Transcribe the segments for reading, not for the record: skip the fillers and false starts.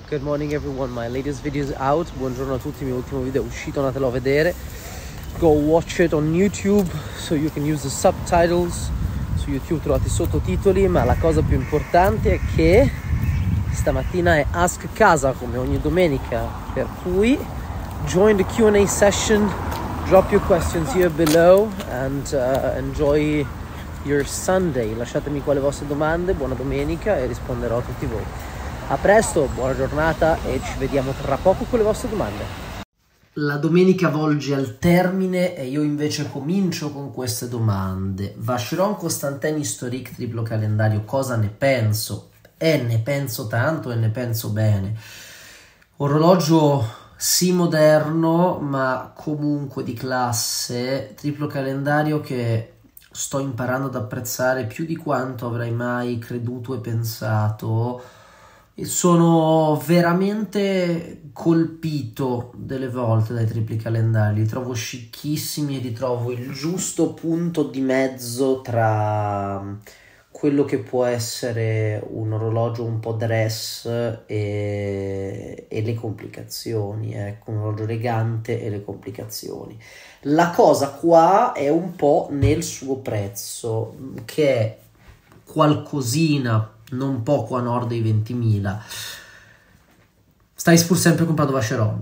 Good morning everyone, my latest video is out. Buongiorno a tutti, il mio ultimo video è uscito, andatelo a vedere. Go watch it on YouTube so you can use the subtitles. Su YouTube trovate i sottotitoli, ma la cosa più importante è che stamattina è Ask Casa come ogni domenica, per cui join the Q&A session, drop your questions here below and enjoy your Sunday. Lasciatemi qua le vostre domande, buona domenica e risponderò a tutti voi. A presto, buona giornata e ci vediamo tra poco con le vostre domande. La domenica volge al termine e io invece comincio con queste domande. Vacheron Constantin Historique triplo calendario, cosa ne penso? Ne penso tanto e ne penso bene. Orologio sì moderno, ma comunque di classe, triplo calendario che sto imparando ad apprezzare più di quanto avrei mai creduto e pensato. E sono veramente colpito delle volte dai tripli calendari, li trovo scicchissimi e li trovo il giusto punto di mezzo tra quello che può essere un orologio un po' dress e le complicazioni, ecco, un orologio elegante e le complicazioni. La cosa qua è un po' nel suo prezzo, che è qualcosina non poco a nord dei 20.000. Stai pur sempre comprando Vacheron.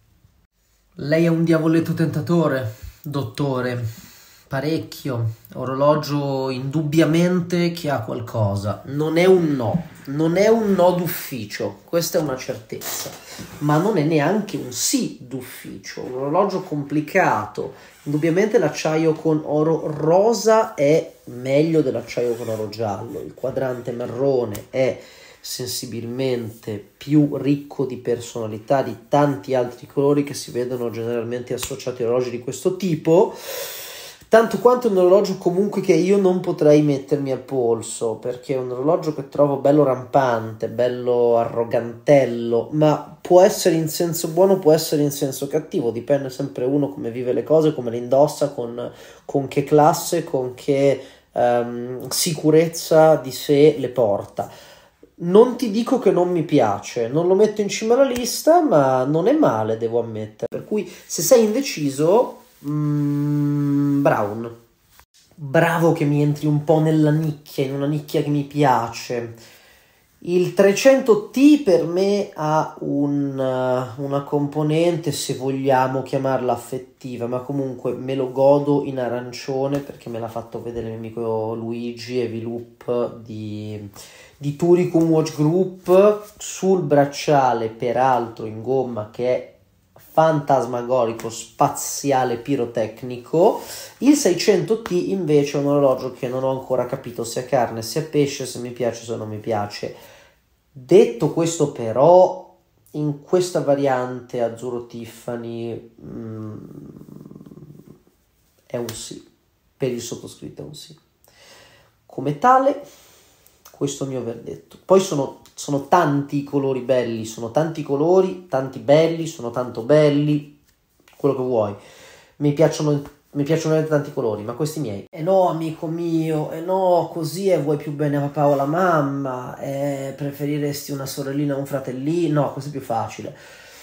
Lei è un diavoletto tentatore, dottore, parecchio. Orologio indubbiamente che ha qualcosa. Non è un no d'ufficio, questa è una certezza, ma non è neanche un sì d'ufficio. Un orologio complicato. Indubbiamente l'acciaio con oro rosa è meglio dell'acciaio con oro giallo, il quadrante marrone è sensibilmente più ricco di personalità di tanti altri colori che si vedono generalmente associati a orologi di questo tipo, tanto quanto un orologio comunque che io non potrei mettermi al polso, perché è un orologio che trovo bello rampante, bello arrogantello, ma può essere in senso buono, può essere in senso cattivo, dipende sempre uno come vive le cose, come le indossa, con che classe, con che sicurezza di sé le porta. Non ti dico che non mi piace, non lo metto in cima alla lista, ma non è male, devo ammettere. Per cui se sei indeciso, Brown, bravo che mi entri un po' nella nicchia, in una nicchia che mi piace. Il 300T per me ha una componente, se vogliamo chiamarla affettiva, ma comunque me lo godo in arancione perché me l'ha fatto vedere il mio amico Luigi Eviloop di Turicum Watch Group, sul bracciale peraltro in gomma che è fantasmagorico, spaziale, pirotecnico. Il 600T invece è un orologio che non ho ancora capito se è carne, se è pesce, se mi piace, se non mi piace. Detto questo però, in questa variante azzurro Tiffany è un sì, per il sottoscritto è un sì. Come tale, questo è il mio verdetto. Poi sono tanti i colori belli, sono tanti colori, tanti belli, sono tanto belli, quello che vuoi. Mi piacciono veramente tanti colori, ma questi miei. E no, amico mio, e no, così vuoi più bene a papà o alla mamma, preferiresti una sorellina o un fratellino? No, questo è più facile.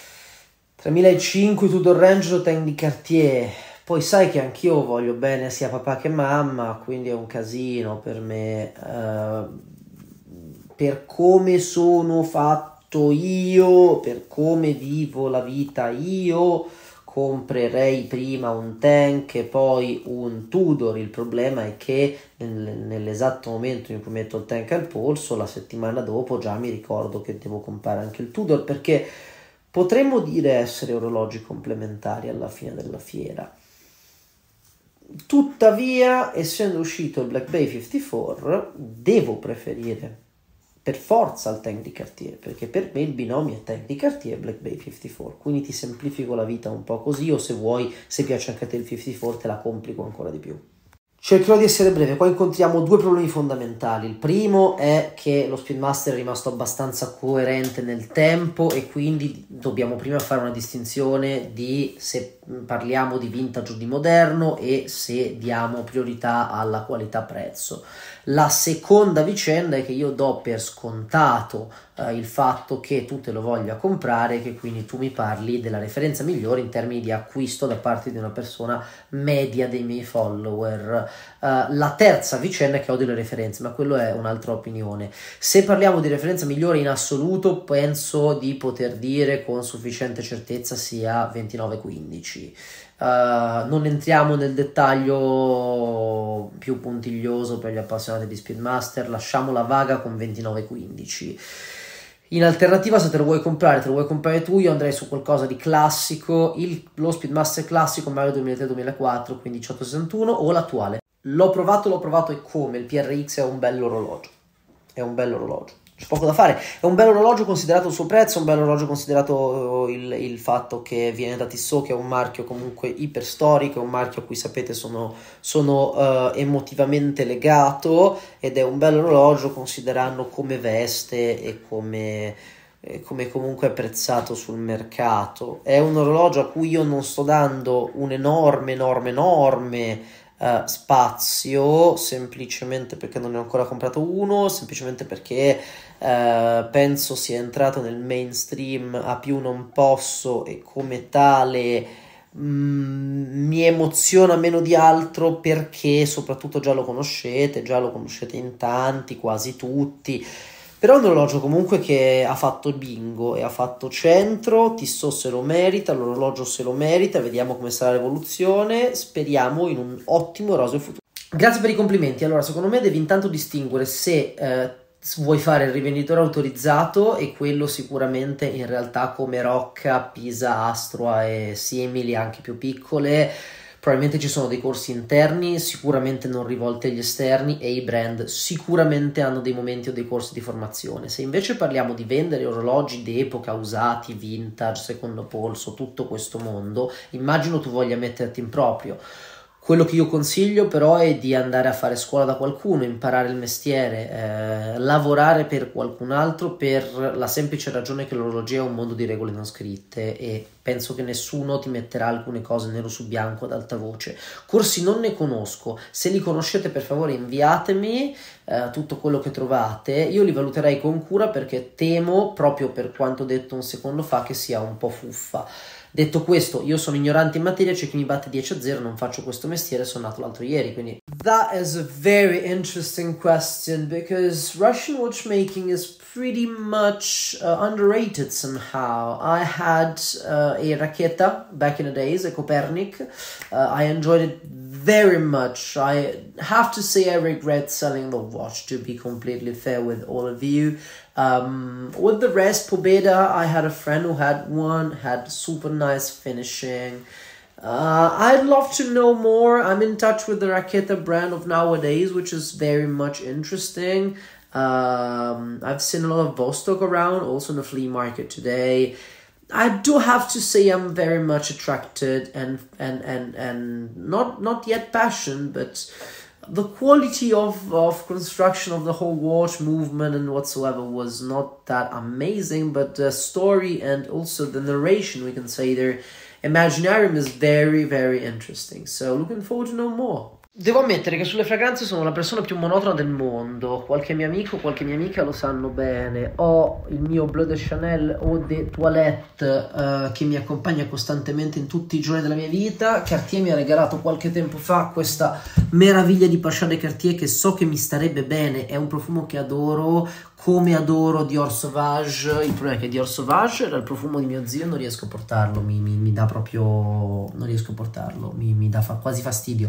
3005 Tudor Range Tank di Cartier. Poi sai che anch'io voglio bene sia papà che mamma, quindi è un casino per me. Per come sono fatto io, per come vivo la vita io, comprerei prima un Tank e poi un Tudor. Il problema è che nell'esatto momento in cui metto il Tank al polso, la settimana dopo già mi ricordo che devo comprare anche il Tudor, perché potremmo dire essere orologi complementari alla fine della fiera. Tuttavia, essendo uscito il Black Bay 54, devo preferire per forza il Tank di Cartier, perché per me il binomio è Tank di Cartier e Black Bay 54, quindi ti semplifico la vita un po' così, o se vuoi, se piace anche a te il 54, te la complico ancora di più. Cercherò di essere breve. Qua incontriamo due problemi fondamentali. Il primo è che lo Speedmaster è rimasto abbastanza coerente nel tempo e quindi dobbiamo prima fare una distinzione di se parliamo di vintage o di moderno e se diamo priorità alla qualità-prezzo. La seconda vicenda è che io do per scontato il fatto che tu te lo voglia comprare, che quindi tu mi parli della referenza migliore in termini di acquisto da parte di una persona media dei miei follower. La terza vicenda è che odio le referenze, ma quello è un'altra opinione. Se parliamo di referenza migliore in assoluto, penso di poter dire con sufficiente certezza sia 2915. Non entriamo nel dettaglio più puntiglioso per gli appassionati di Speedmaster, lasciamola vaga con 2915. In alternativa, se te lo vuoi comprare tu, io andrei su qualcosa di classico, lo Speedmaster classico, magari 2003-2004, quindi 1861, o l'attuale. L'ho provato e come, il PRX è un bell'orologio, c'è poco da fare, è un bell'orologio considerato il suo prezzo, è un bell'orologio considerato il fatto che viene da Tissot, che è un marchio comunque iperstorico, è un marchio a cui sapete sono emotivamente legato, ed è un bell'orologio considerando come veste e come comunque è prezzato sul mercato. È un orologio a cui io non sto dando un enorme spazio, semplicemente perché non ne ho ancora comprato uno, semplicemente perché penso sia entrato nel mainstream a più non posso, e come tale mi emoziona meno di altro, perché soprattutto già lo conoscete in tanti, quasi tutti. Però è un orologio comunque che ha fatto bingo e ha fatto centro. Tissot se lo merita, l'orologio se lo merita, vediamo come sarà l'evoluzione, speriamo in un ottimo roseo futuro. Grazie per i complimenti. Allora, secondo me devi intanto distinguere se vuoi fare il rivenditore autorizzato, e quello sicuramente in realtà come Rocca, Pisa, Astroa e simili, anche più piccole, probabilmente ci sono dei corsi interni, sicuramente non rivolti agli esterni, e i brand sicuramente hanno dei momenti o dei corsi di formazione. Se invece parliamo di vendere orologi d'epoca, usati, vintage, secondo polso, tutto questo mondo, immagino tu voglia metterti in proprio. Quello che io consiglio però è di andare a fare scuola da qualcuno, imparare il mestiere, lavorare per qualcun altro, per la semplice ragione che l'orologia è un mondo di regole non scritte, e penso che nessuno ti metterà alcune cose nero su bianco ad alta voce. Corsi non ne conosco, se li conoscete per favore inviatemi tutto quello che trovate, io li valuterei con cura, perché temo, proprio per quanto detto un secondo fa, che sia un po' fuffa. Detto questo, io sono ignorante in materia, c'è chi mi batte 10-0, non faccio questo mestiere, sono nato l'altro ieri, quindi... That is a very interesting question, because Russian watchmaking is pretty much underrated somehow. I had a Raketa back in the days, a Copernic. I enjoyed it very much. I have to say I regret selling the watch, to be completely fair with all of you. With the rest, Pobeda, I had a friend who had one, had super nice finishing. I'd love to know more. I'm in touch with the Raketa brand of nowadays, which is very much interesting. I've seen a lot of Vostok around, also in the flea market today. I do have to say I'm very much attracted and not yet passionate, but the quality of construction of the whole watch movement and whatsoever was not that amazing, but the story and also the narration, we can say, their Imaginarium is very very interesting, so looking forward to know more. Devo ammettere che sulle fragranze sono la persona più monotona del mondo. Qualche mio amico, qualche mia amica lo sanno bene. Ho il mio Bleu de Chanel Eau de Toilette che mi accompagna costantemente in tutti i giorni della mia vita. Cartier mi ha regalato qualche tempo fa questa meraviglia di Pacha de Cartier, che so che mi starebbe bene. È un profumo che adoro, come adoro Dior Sauvage. Il problema è che Dior Sauvage era il profumo di mio zio e non riesco a portarlo, mi dà proprio... non riesco a portarlo, mi dà quasi fastidio.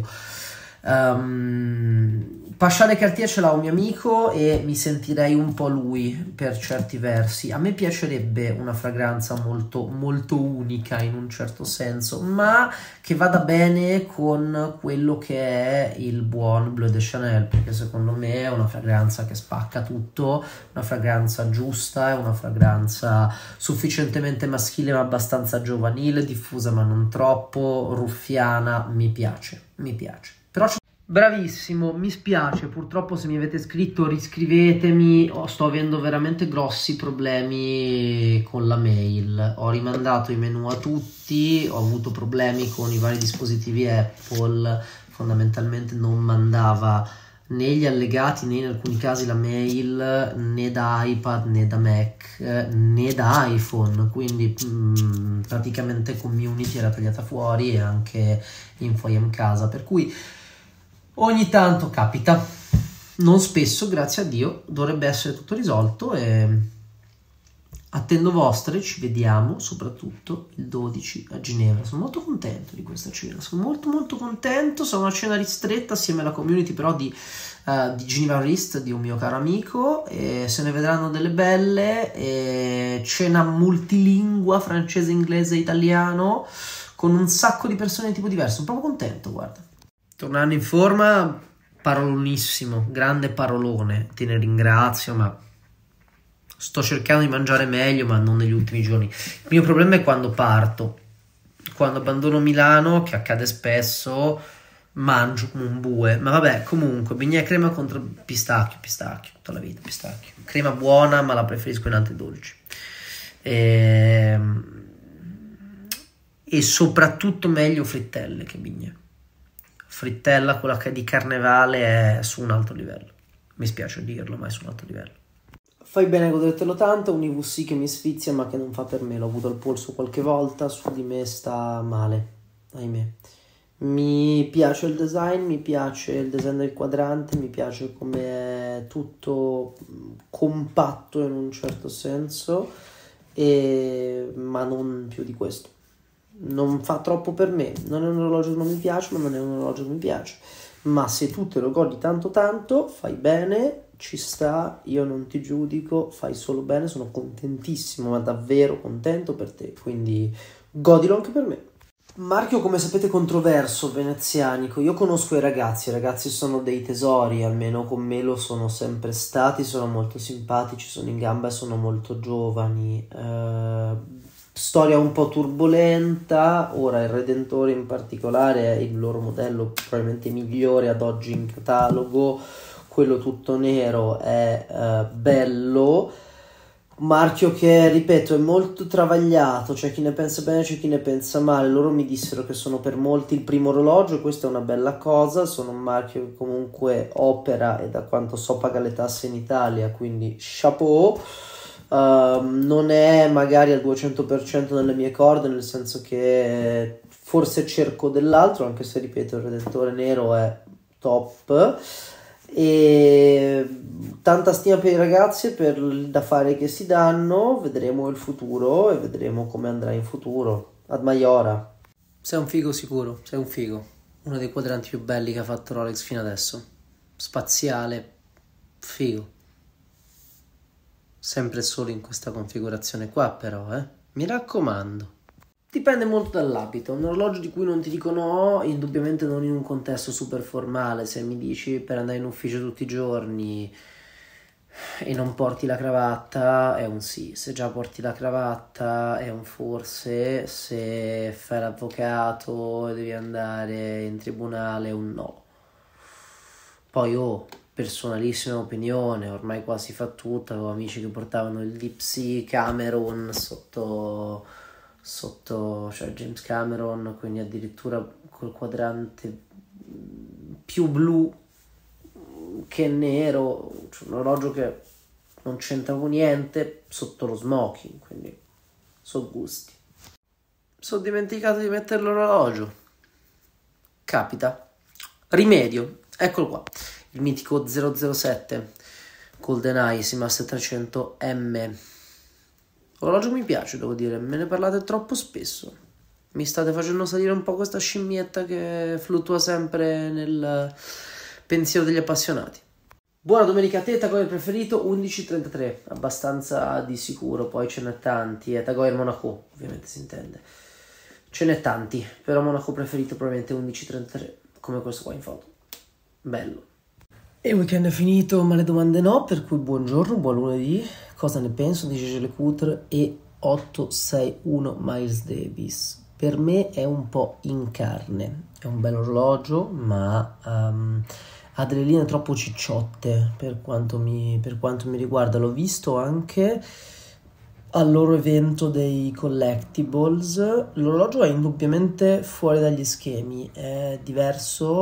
Pacha de Cartier ce l'ha un mio amico e mi sentirei un po' lui per certi versi. A me piacerebbe una fragranza molto molto unica in un certo senso, ma che vada bene con quello che è il buon Bleu de Chanel, perché secondo me è una fragranza che spacca tutto, una fragranza giusta, è una fragranza sufficientemente maschile ma abbastanza giovanile, diffusa ma non troppo, ruffiana. Mi piace. Però bravissimo, mi spiace, purtroppo se mi avete scritto riscrivetemi, sto avendo veramente grossi problemi con la mail, ho rimandato i menu a tutti, ho avuto problemi con i vari dispositivi Apple, fondamentalmente non mandava né gli allegati né in alcuni casi la mail né da iPad né da Mac né da iPhone, quindi praticamente community era tagliata fuori e anche info in casa, per cui ogni tanto capita, non spesso, grazie a Dio, dovrebbe essere tutto risolto e attendo vostre, ci vediamo soprattutto il 12 a Ginevra. Sono molto contento di questa cena, sono molto contento. Sarà una cena ristretta assieme alla community però di Geneva Wrist, di un mio caro amico, e se ne vedranno delle belle. Cena multilingua, francese, inglese, italiano, con un sacco di persone di tipo diverso. Sono proprio contento, guarda. Tornando in forma, parolonissimo, grande parolone, te ne ringrazio, ma sto cercando di mangiare meglio, ma non negli ultimi giorni. Il mio problema è quando parto, quando abbandono Milano, che accade spesso, mangio come un bue. Ma vabbè, comunque, bignè crema contro pistacchio, tutta la vita, pistacchio. Crema buona, ma la preferisco in altri dolci. E soprattutto meglio frittelle che bignè. Frittella, quella che è di Carnevale, è su un altro livello. Mi spiace dirlo, ma è su un altro livello. Fai bene a godertelo tanto, un IVC che mi sfizia ma che non fa per me, l'ho avuto al polso qualche volta, su di me sta male, ahimè. Mi piace il design del quadrante, mi piace come è tutto compatto in un certo senso, ma non più di questo. Non fa troppo per me, non è un orologio che non mi piace, ma non è un orologio che mi piace. Ma se tu te lo godi tanto, fai bene, ci sta, io non ti giudico, fai solo bene, sono contentissimo, ma davvero contento per te, quindi godilo anche per me. Marchio, come sapete, controverso, venezianico. Io conosco i ragazzi sono dei tesori, almeno con me lo sono sempre stati, sono molto simpatici, sono in gamba e sono molto giovani. Storia un po' turbolenta, ora il Redentore in particolare è il loro modello probabilmente migliore ad oggi in catalogo, quello tutto nero è bello, marchio che, ripeto, è molto travagliato, c'è chi ne pensa bene, c'è chi ne pensa male. Loro mi dissero che sono per molti il primo orologio, e questa è una bella cosa. Sono un marchio che comunque opera e da quanto so paga le tasse in Italia, quindi chapeau. Non è magari al 200% nelle mie corde, nel senso che forse cerco dell'altro, anche se, ripeto, il Redentore nero è top. E tanta stima per i ragazzi e per da fare che si danno. Vedremo il futuro e vedremo come andrà in futuro. Ad Maiora. Sei un figo sicuro, sei un figo. Uno dei quadranti più belli che ha fatto Rolex fino adesso. Spaziale, figo. Sempre solo in questa configurazione qua però, mi raccomando. Dipende molto dall'abito. Un orologio di cui non ti dico no, indubbiamente non in un contesto super formale. Se mi dici per andare in ufficio tutti i giorni e non porti la cravatta, è un sì. Se già porti la cravatta, è un forse. Se fai l'avvocato e devi andare in tribunale, è un no. Poi personalissima opinione, ormai qua si fa tutta. Avevo amici che portavano il Deep Sea Cameron sotto cioè James Cameron, quindi addirittura col quadrante più blu che nero, cioè un orologio che non c'entravo niente sotto lo smoking, quindi so gusti. Sono dimenticato di mettere l'orologio, capita. Rimedio, eccolo qua, il mitico 007 GoldenEye Seamaster 300M. L'orologio mi piace, devo dire, me ne parlate troppo spesso. Mi state facendo salire un po' questa scimmietta che fluttua sempre nel pensiero degli appassionati. Buona domenica a te, Tag Heuer preferito 11.33, abbastanza di sicuro, poi ce n'è tanti, Tag Heuer Monaco, ovviamente si intende. Ce n'è tanti, però Monaco preferito probabilmente 11.33, come questo qua in foto. Bello. E il weekend è finito, ma le domande no, per cui buongiorno, buon lunedì. Cosa ne penso di Gégé Lecoultre e 861 Miles Davis? Per me è un po' in carne, è un bel orologio, ma ha delle linee troppo cicciotte per quanto mi riguarda. L'ho visto anche al loro evento dei collectibles. L'orologio è indubbiamente fuori dagli schemi, è diverso,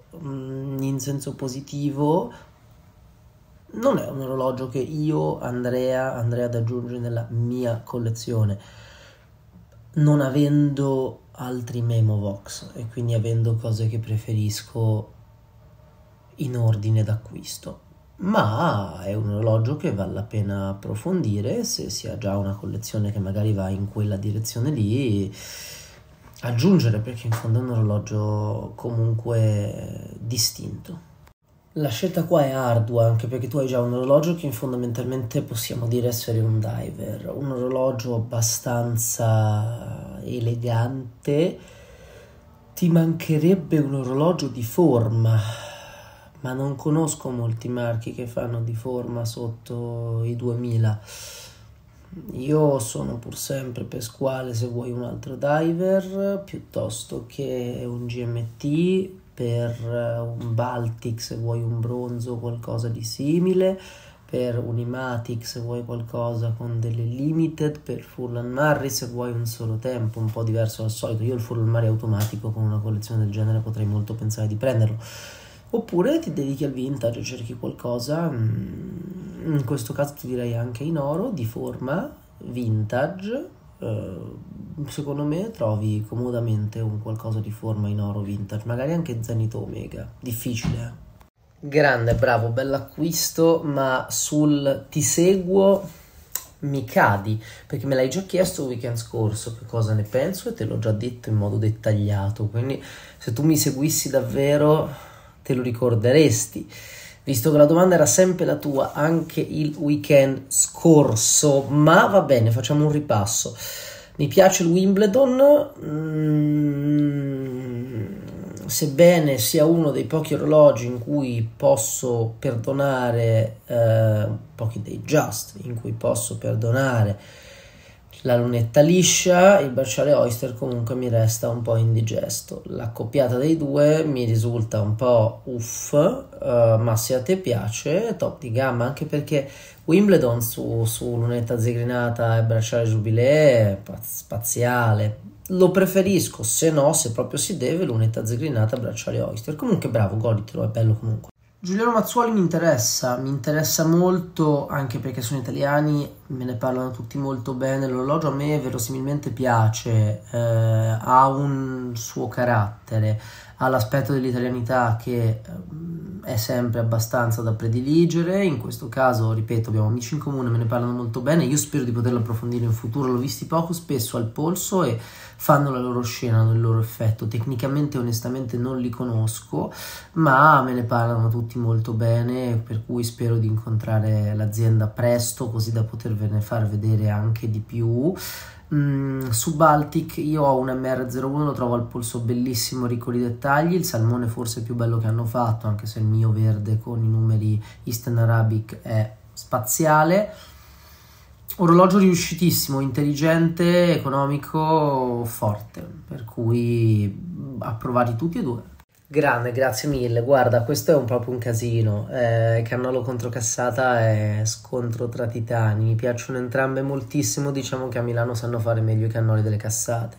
in senso positivo, non è un orologio che io andrei ad aggiungere nella mia collezione, non avendo altri Memovox e quindi avendo cose che preferisco in ordine d'acquisto. Ma è un orologio che vale la pena approfondire se si ha già una collezione che magari va in quella direzione lì, aggiungere, perché in fondo è un orologio comunque distinto. La scelta qua è ardua anche perché tu hai già un orologio che fondamentalmente possiamo dire essere un diver, un orologio abbastanza elegante. Ti mancherebbe un orologio di forma, ma non conosco molti marchi che fanno di forma sotto i 2000. Io sono pur sempre Pasquale se vuoi un altro diver, piuttosto che un GMT, per un Baltic se vuoi un bronzo o qualcosa di simile, per un Imatic se vuoi qualcosa con delle limited, per Furlan Marri se vuoi un solo tempo, un po' diverso dal solito. Io il Furlan Marri automatico con una collezione del genere potrei molto pensare di prenderlo. Oppure ti dedichi al vintage, cerchi qualcosa, in questo caso ti direi anche in oro, di forma, vintage. Secondo me trovi comodamente un qualcosa di forma in oro vintage, magari anche Zenith Omega, difficile. Grande, bravo, bell'acquisto, ma sul ti seguo mi cadi, perché me l'hai già chiesto il weekend scorso che cosa ne penso e te l'ho già detto in modo dettagliato, quindi se tu mi seguissi davvero te lo ricorderesti, visto che la domanda era sempre la tua anche il weekend scorso. Ma va bene, facciamo un ripasso. Mi piace il Wimbledon, sebbene sia uno dei pochi orologi in cui posso perdonare, pochi dei just in cui posso perdonare la lunetta liscia, il bracciale Oyster comunque mi resta un po' indigesto. L'accoppiata dei due mi risulta un po' uff, ma se a te piace, top di gamma, anche perché Wimbledon su lunetta zigrinata e bracciale Jubilee è spaziale. Lo preferisco, se no, se proprio si deve, lunetta zigrinata, bracciale Oyster. Comunque bravo, goditelo, è bello comunque. Giuliano Mazzuoli mi interessa molto anche perché sono italiani, me ne parlano tutti molto bene, l'orologio a me verosimilmente piace, ha un suo carattere, ha l'aspetto dell'italianità che è sempre abbastanza da prediligere. In questo caso, ripeto, abbiamo amici in comune, me ne parlano molto bene, io spero di poterlo approfondire in futuro, l'ho visti poco spesso al polso e fanno la loro scena, hanno il loro effetto. Tecnicamente onestamente non li conosco, ma me ne parlano tutti molto bene, per cui spero di incontrare l'azienda presto così da potervene far vedere anche di più. Su Baltic io ho un MR01, lo trovo al polso bellissimo, ricco di dettagli, il salmone forse più bello che hanno fatto, anche se il mio verde con i numeri Eastern Arabic è spaziale. Orologio riuscitissimo, intelligente, economico, forte, per cui approvati tutti e due. Grande, grazie mille. Guarda, questo è proprio un casino. Cannolo contro cassata è scontro tra titani. Mi piacciono entrambe moltissimo. Diciamo che a Milano sanno fare meglio i cannoli delle cassate,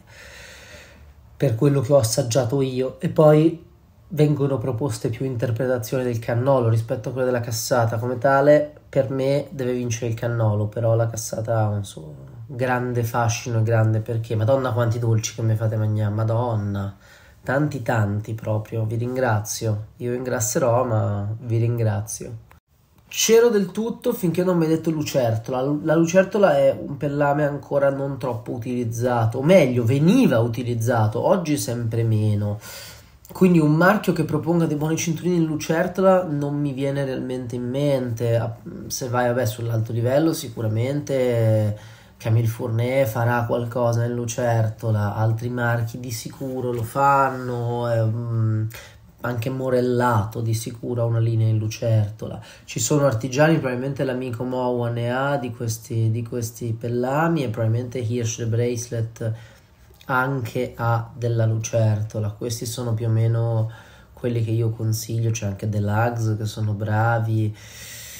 per quello che ho assaggiato io. E poi vengono proposte più interpretazioni del cannolo rispetto a quelle della cassata. Come tale, per me deve vincere il cannolo, però la cassata ha un suo grande fascino e grande perché. Madonna quanti dolci che mi fate mangiare, madonna. Tanti proprio, vi ringrazio. Io ingrazierò, ma vi ringrazio. C'ero del tutto finché non mi hai detto lucertola. La lucertola è un pellame ancora non troppo utilizzato, o meglio, veniva utilizzato, oggi sempre meno. Quindi un marchio che proponga dei buoni cinturini in lucertola non mi viene realmente in mente. Se vai sull'alto livello sicuramente Camille Fournet farà qualcosa in lucertola, altri marchi di sicuro lo fanno, anche Morellato di sicuro ha una linea in lucertola. Ci sono artigiani, probabilmente l'amico Mowa ne ha di questi pellami, e probabilmente Hirsch the Bracelet anche ha della lucertola. Questi sono più o meno quelli che io consiglio. C'è anche The Lugs che sono bravi.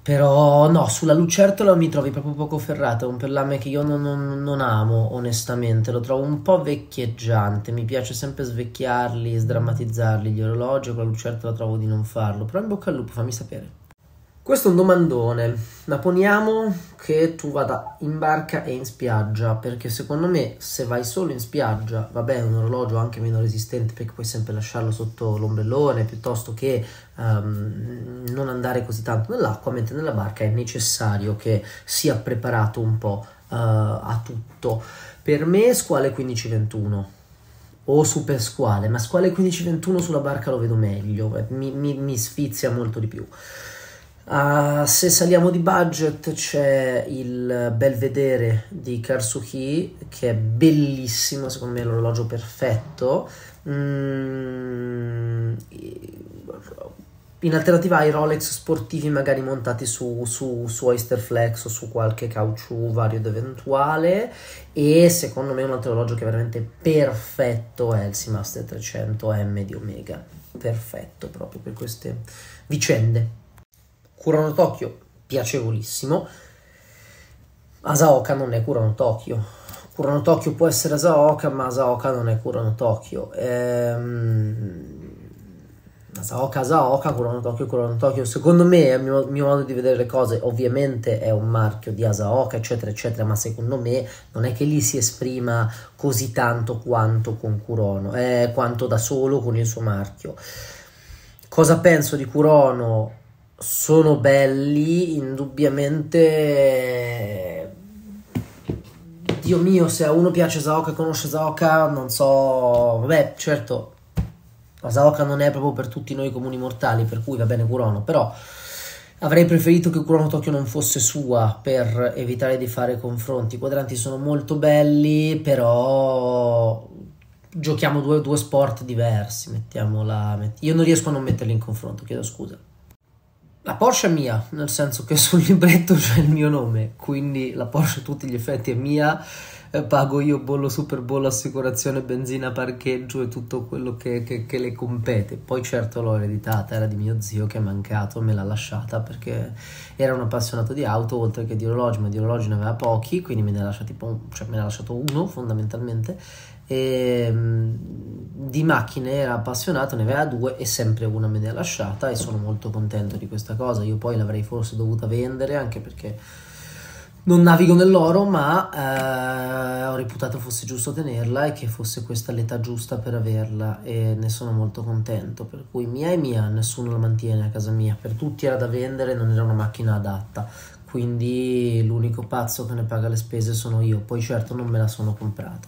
Però no, sulla lucertola mi trovi proprio poco ferrata, è un pellame che io non amo onestamente, lo trovo un po' vecchieggiante, mi piace sempre svecchiarli, sdrammatizzarli gli orologi, con la lucertola trovo di non farlo, però in bocca al lupo, fammi sapere. Questo è un domandone, ma poniamo che tu vada in barca e in spiaggia, perché secondo me se vai solo in spiaggia, vabbè, è un orologio anche meno resistente perché puoi sempre lasciarlo sotto l'ombrellone piuttosto che non andare così tanto nell'acqua, mentre nella barca è necessario che sia preparato un po' a tutto. Per me squale 15-21 o super squale, ma squale 15-21 sulla barca lo vedo meglio, mi sfizia molto di più. Se saliamo di budget c'è il Belvedere di Karsuki che è bellissimo, secondo me è l'orologio perfetto. In alternativa ai Rolex sportivi magari montati su Oyster Flex o su qualche caucciù vario ed eventuale, e secondo me un altro orologio che è veramente perfetto è il Seamaster 300M di Omega, perfetto proprio per queste vicende. Kurano Tokyo, piacevolissimo. Asaoka non è Kurano Tokyo. Kurano Tokyo può essere Asaoka, ma Asaoka non è Kurano Tokyo. Asaoka, Kurano Tokyo. Secondo me, a mio modo di vedere le cose, ovviamente è un marchio di Asaoka, eccetera, eccetera, ma secondo me non è che lì si esprima così tanto quanto con Kurano, quanto da solo con il suo marchio. Cosa penso di Kurano? Sono belli, indubbiamente. Dio mio, se a uno piace Asaoka e conosce Asaoka, non so, vabbè, certo, Asaoka non è proprio per tutti noi comuni mortali, per cui va bene Kurano, però avrei preferito che Kurano Tokyo non fosse sua per evitare di fare confronti. I quadranti sono molto belli, però giochiamo due sport diversi, io non riesco a non metterli in confronto, chiedo scusa. La Porsche è mia, nel senso che sul libretto c'è il mio nome, quindi la Porsche a tutti gli effetti è mia, pago io bollo, super bollo, assicurazione, benzina, parcheggio e tutto quello che le compete. Poi certo l'ho ereditata, era di mio zio che è mancato, me l'ha lasciata perché era un appassionato di auto oltre che di orologi, ma di orologi ne aveva pochi, quindi me ne ha lasciato uno fondamentalmente, e di macchine era appassionato, ne aveva due e sempre una me ne ha lasciata e sono molto contento di questa cosa. Io poi l'avrei forse dovuta vendere anche perché non navigo nell'oro, ma ho reputato fosse giusto tenerla e che fosse questa l'età giusta per averla, e ne sono molto contento, per cui mia è mia, nessuno la mantiene a casa mia, per tutti era da vendere, non era una macchina adatta, quindi l'unico pazzo che ne paga le spese sono io. Poi certo non me la sono comprata.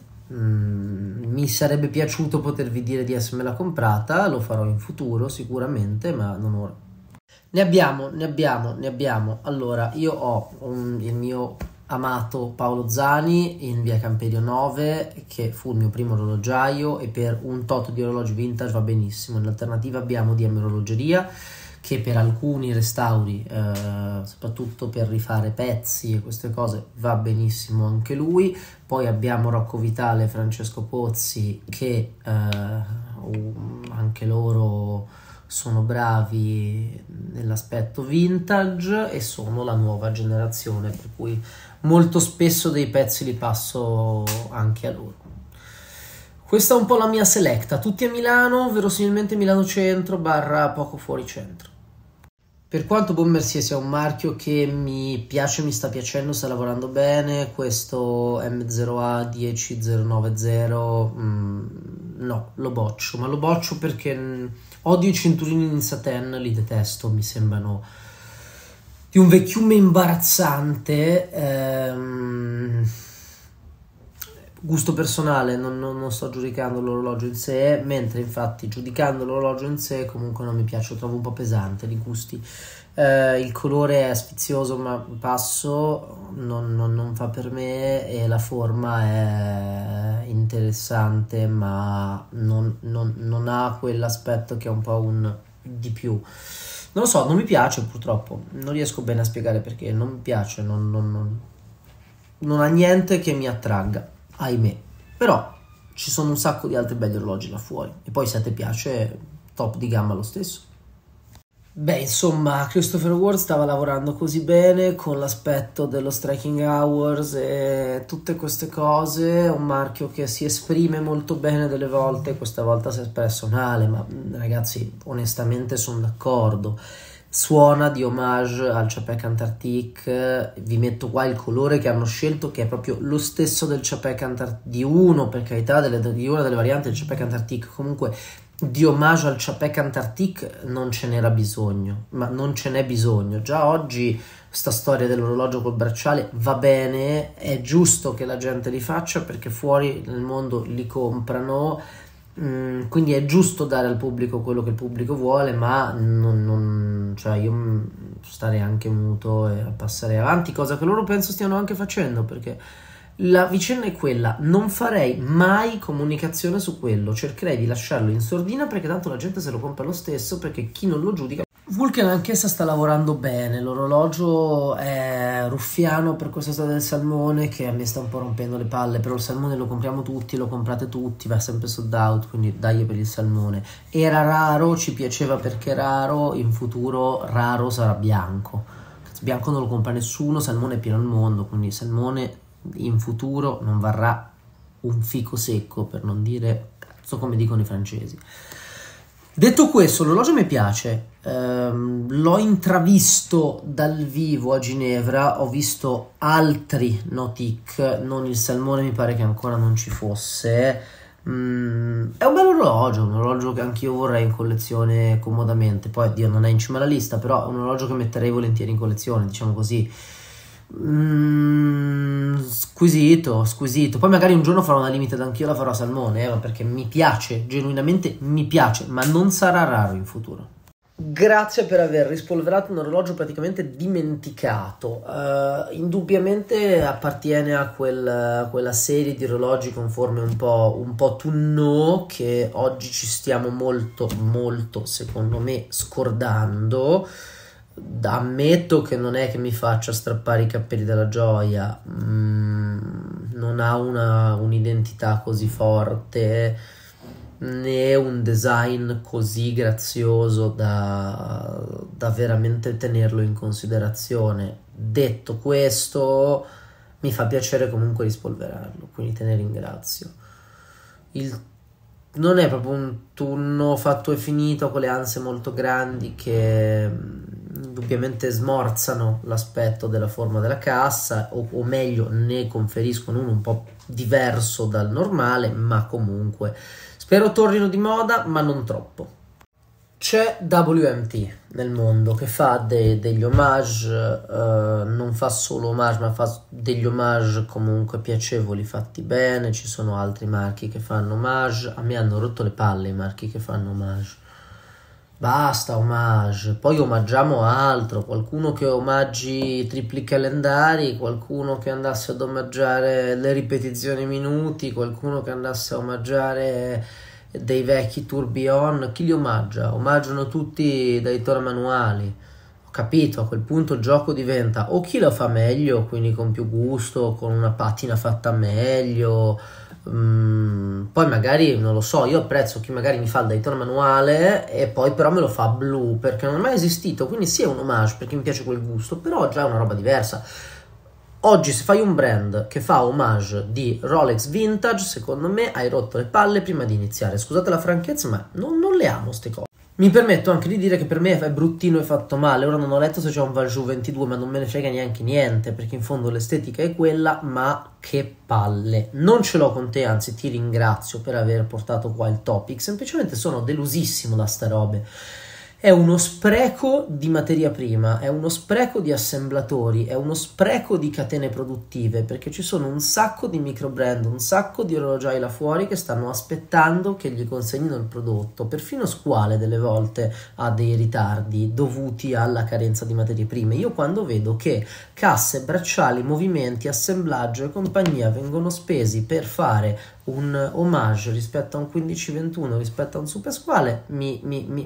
Mi sarebbe piaciuto potervi dire di essermela comprata, lo farò in futuro sicuramente, ma non ora. Ne abbiamo. Allora, io ho il mio amato Paolo Zani in via Camperio 9, che fu il mio primo orologiaio e per un tot di orologi vintage va benissimo. In alternativa abbiamo DM Orologeria, che per alcuni restauri, soprattutto per rifare pezzi e queste cose, va benissimo anche lui. Poi abbiamo Rocco Vitale e Francesco Pozzi, che anche loro sono bravi nell'aspetto vintage e sono la nuova generazione, per cui molto spesso dei pezzi li passo anche a loro. Questa è un po' la mia selecta, tutti a Milano, verosimilmente Milano centro / poco fuori centro. Per quanto Bommercier sia un marchio che mi piace, mi sta piacendo, sta lavorando bene, questo M0A 10090 no, lo boccio, ma lo boccio perché odio i cinturini in satin, li detesto, mi sembrano di un vecchiume imbarazzante. Gusto personale, non sto giudicando l'orologio in sé, mentre infatti giudicando l'orologio in sé comunque non mi piace, lo trovo un po' pesante di gusti. Il colore è sfizioso ma passo, non fa per me, e la forma è interessante ma non ha quell'aspetto che è un po' un di più. Non lo so, non mi piace purtroppo, non riesco bene a spiegare perché, non mi piace, non ha niente che mi attragga, ahimè. Però ci sono un sacco di altri belli orologi là fuori, e poi se a te piace, top di gamma lo stesso. Beh, insomma, Christopher Ward stava lavorando così bene con l'aspetto dello striking hours e tutte queste cose. È un marchio che si esprime molto bene delle volte, questa volta si è espresso male, ma ragazzi, onestamente sono d'accordo. Suona di homage al Chapek Antarctique. Vi metto qua il colore che hanno scelto, che è proprio lo stesso del Chapek Antarctique, di uno, per carità, di una delle varianti del Chapek Antarctique. Comunque di omaggio al Chapek Antarctique non ce n'era bisogno, ma non ce n'è bisogno. Già oggi questa storia dell'orologio col bracciale va bene, è giusto che la gente li faccia perché fuori nel mondo li comprano, quindi è giusto dare al pubblico quello che il pubblico vuole, ma cioè io starei anche muto e passare avanti, cosa che loro penso stiano anche facendo, perché la vicenda è quella: non farei mai comunicazione su quello, cercherei di lasciarlo in sordina perché tanto la gente se lo compra lo stesso, perché chi non lo giudica. Vulcan anch'essa sta lavorando bene, l'orologio è ruffiano per questa storia del salmone che a me sta un po' rompendo le palle, però il salmone lo compriamo tutti, lo comprate tutti, va sempre sold out, quindi dai per il salmone. Era raro, ci piaceva perché è raro, in futuro raro sarà bianco. Bianco non lo compra nessuno, salmone è pieno al mondo, quindi salmone in futuro non varrà un fico secco, per non dire cazzo come dicono i francesi. Detto questo, l'orologio mi piace, l'ho intravisto dal vivo a Ginevra, ho visto altri Nautique, non il salmone, mi pare che ancora non ci fosse. È un bel orologio, un orologio che anch'io vorrei in collezione comodamente. Poi Dio, non è in cima alla lista, però è un orologio che metterei volentieri in collezione, diciamo così. Squisito. Poi magari un giorno farò una limited, anch'io la farò a salmone, perché mi piace, genuinamente mi piace, ma non sarà raro in futuro. Grazie per aver rispolverato un orologio praticamente dimenticato. Indubbiamente appartiene a quella serie di orologi con forme un po' Tunno che oggi ci stiamo molto secondo me scordando. Ammetto che non è che mi faccia strappare i capelli dalla gioia, non ha un'identità così forte né un design così grazioso da veramente tenerlo in considerazione. Detto questo, mi fa piacere comunque rispolverarlo, quindi te ne ringrazio. Non è proprio un tunno fatto e finito con le anse molto grandi che indubbiamente smorzano l'aspetto della forma della cassa, o meglio ne conferiscono uno un po' diverso dal normale, ma comunque spero tornino di moda, ma non troppo. C'è WMT nel mondo che fa degli homage, non fa solo homage, ma fa degli homage comunque piacevoli, fatti bene. Ci sono altri marchi che fanno homage, a me hanno rotto le palle i marchi che fanno homage. Basta homage, poi omaggiamo altro, qualcuno che omaggi tripli calendari, qualcuno che andasse ad omaggiare le ripetizioni minuti, qualcuno che andasse a omaggiare dei vecchi tourbillon. Chi li omaggia? Omaggiano tutti Daytona manuali. Ho capito, a quel punto il gioco diventa o chi lo fa meglio, quindi con più gusto, con una patina fatta meglio. Poi magari, non lo so, io apprezzo chi magari mi fa il Daytona manuale e poi però me lo fa blu, perché non è mai esistito, quindi sì è un homage perché mi piace quel gusto, però già è una roba diversa. Oggi se fai un brand che fa homage di Rolex vintage, secondo me hai rotto le palle prima di iniziare. Scusate la franchezza, ma non le amo ste cose. Mi permetto anche di dire che per me è bruttino e fatto male. Ora non ho letto se c'è un Valjoux 22, ma non me ne frega neanche niente, perché in fondo l'estetica è quella, ma che palle. Non ce l'ho con te, anzi ti ringrazio per aver portato qua il topic, semplicemente sono delusissimo da sta robe. È uno spreco di materia prima, è uno spreco di assemblatori, è uno spreco di catene produttive, perché ci sono un sacco di micro brand, un sacco di orologiai là fuori che stanno aspettando che gli consegnino il prodotto. Perfino Squale delle volte ha dei ritardi dovuti alla carenza di materie prime. Io quando vedo che casse, bracciali, movimenti, assemblaggio e compagnia vengono spesi per fare un homage rispetto a un 1521, rispetto a un Super Squale, mi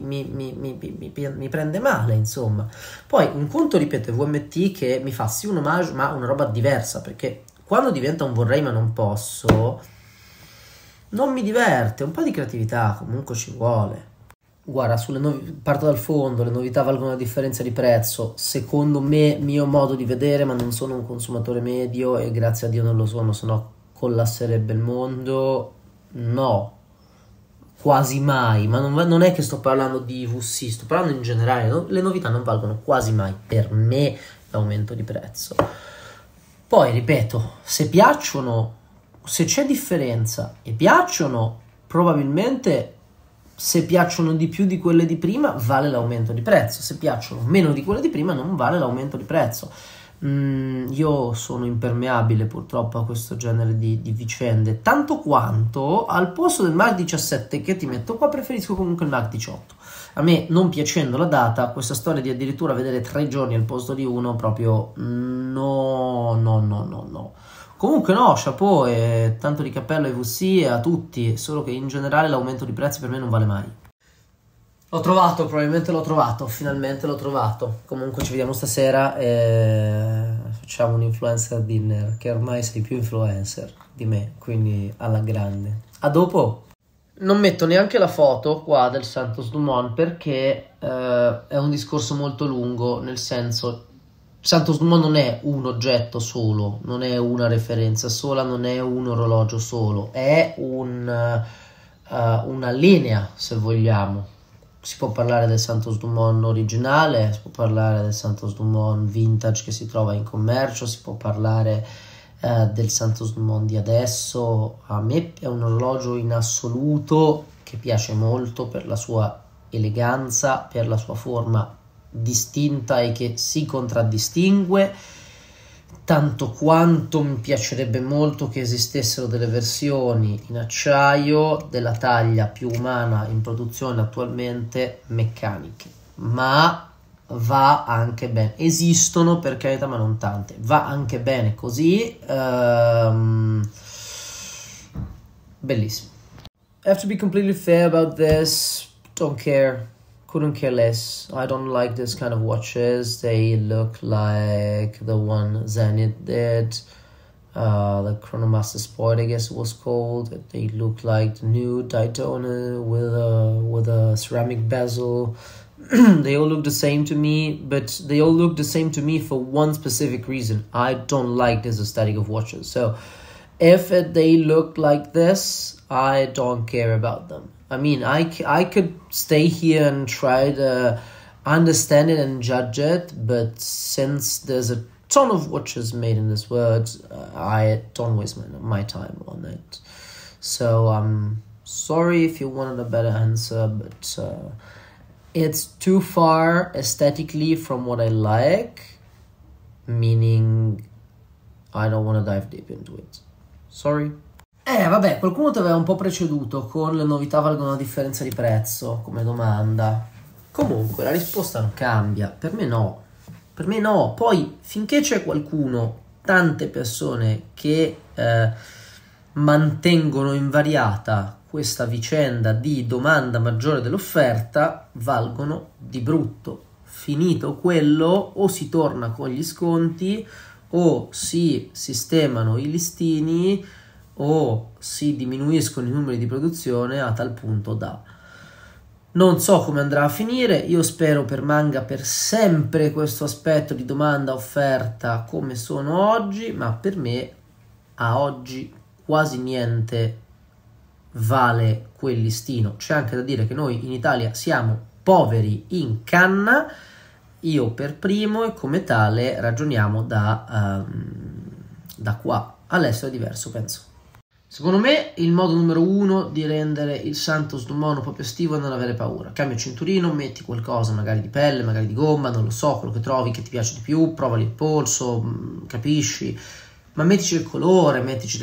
prende male, insomma. Poi un conto, ripeto, è VMT che mi fa sì un homage, ma una roba diversa, perché quando diventa un vorrei ma non posso, non mi diverte. Un po' di creatività comunque ci vuole. Guarda, parto dal fondo, le novità valgono la differenza di prezzo. Secondo me, mio modo di vedere, ma non sono un consumatore medio e grazie a Dio non lo sono, sennò collasserebbe il mondo. No, quasi mai, ma non è che sto parlando di VC, sto parlando in generale, no? Le novità non valgono quasi mai per me l'aumento di prezzo. Poi, ripeto, se piacciono, se c'è differenza e piacciono, probabilmente se piacciono di più di quelle di prima vale l'aumento di prezzo, se piacciono meno di quelle di prima non vale l'aumento di prezzo. Io sono impermeabile purtroppo a questo genere di vicende, tanto quanto al posto del Mark 17 che ti metto qua preferisco comunque il Mark 18. A me, non piacendo la data, questa storia di addirittura vedere 3 giorni al posto di uno, proprio no. Comunque no, chapeau e tanto di cappello ai VC e a tutti, solo che in generale l'aumento di prezzi per me non vale mai. L'ho trovato, probabilmente l'ho trovato, finalmente l'ho trovato. Comunque ci vediamo stasera e facciamo un influencer dinner, che ormai sei più influencer di me, quindi alla grande. A dopo! Non metto neanche la foto qua del Santos Dumont perché è un discorso molto lungo, nel senso Santos Dumont non è un oggetto solo, non è una referenza sola, non è un orologio solo, è una linea, se vogliamo. Si può parlare del Santos Dumont originale, si può parlare del Santos Dumont vintage che si trova in commercio, si può parlare del Santos Dumont di adesso. A me è un orologio in assoluto che piace molto per la sua eleganza, per la sua forma distinta e che si contraddistingue, tanto quanto mi piacerebbe molto che esistessero delle versioni in acciaio della taglia più umana in produzione attualmente meccaniche, ma va anche bene, esistono per carità ma non tante, va anche bene così. Bellissimo. I have to be completely fair about this, don't care. Couldn't care less. I don't like this kind of watches. They look like the one Zenith did, the Chronomaster Sport, I guess it was called. They look like the new Daytona with a ceramic bezel. They all look the same to me, but they all look the same to me for one specific reason. I don't like this aesthetic of watches. So if they look like this, I don't care about them. I mean, I could stay here and try to understand it and judge it, but since there's a ton of watches made in this world, I don't waste my time on it. So I'm sorry if you wanted a better answer, but it's too far aesthetically from what I like, meaning I don't want to dive deep into it. Sorry. Vabbè, qualcuno ti aveva un po' preceduto con le novità valgono la differenza di prezzo come domanda. Comunque la risposta non cambia, per me no. Per me no. Poi finché c'è qualcuno, tante persone che mantengono invariata questa vicenda di domanda maggiore dell'offerta, valgono di brutto. Finito quello, o si torna con gli sconti o si sistemano i listini o si diminuiscono i numeri di produzione a tal punto da... Non so come andrà a finire, io spero permanga per sempre questo aspetto di domanda-offerta come sono oggi, ma per me a oggi quasi niente vale quel listino. C'è anche da dire che noi in Italia siamo poveri in canna, io per primo, e come tale ragioniamo da qua. All'estero è diverso, penso. Secondo me il modo numero 1 di rendere il Santos Dumont un po' più estivo è non avere paura. Cambia il cinturino, metti qualcosa magari di pelle, magari di gomma, non lo so, quello che trovi che ti piace di più, provali il polso, capisci, ma mettici del colore,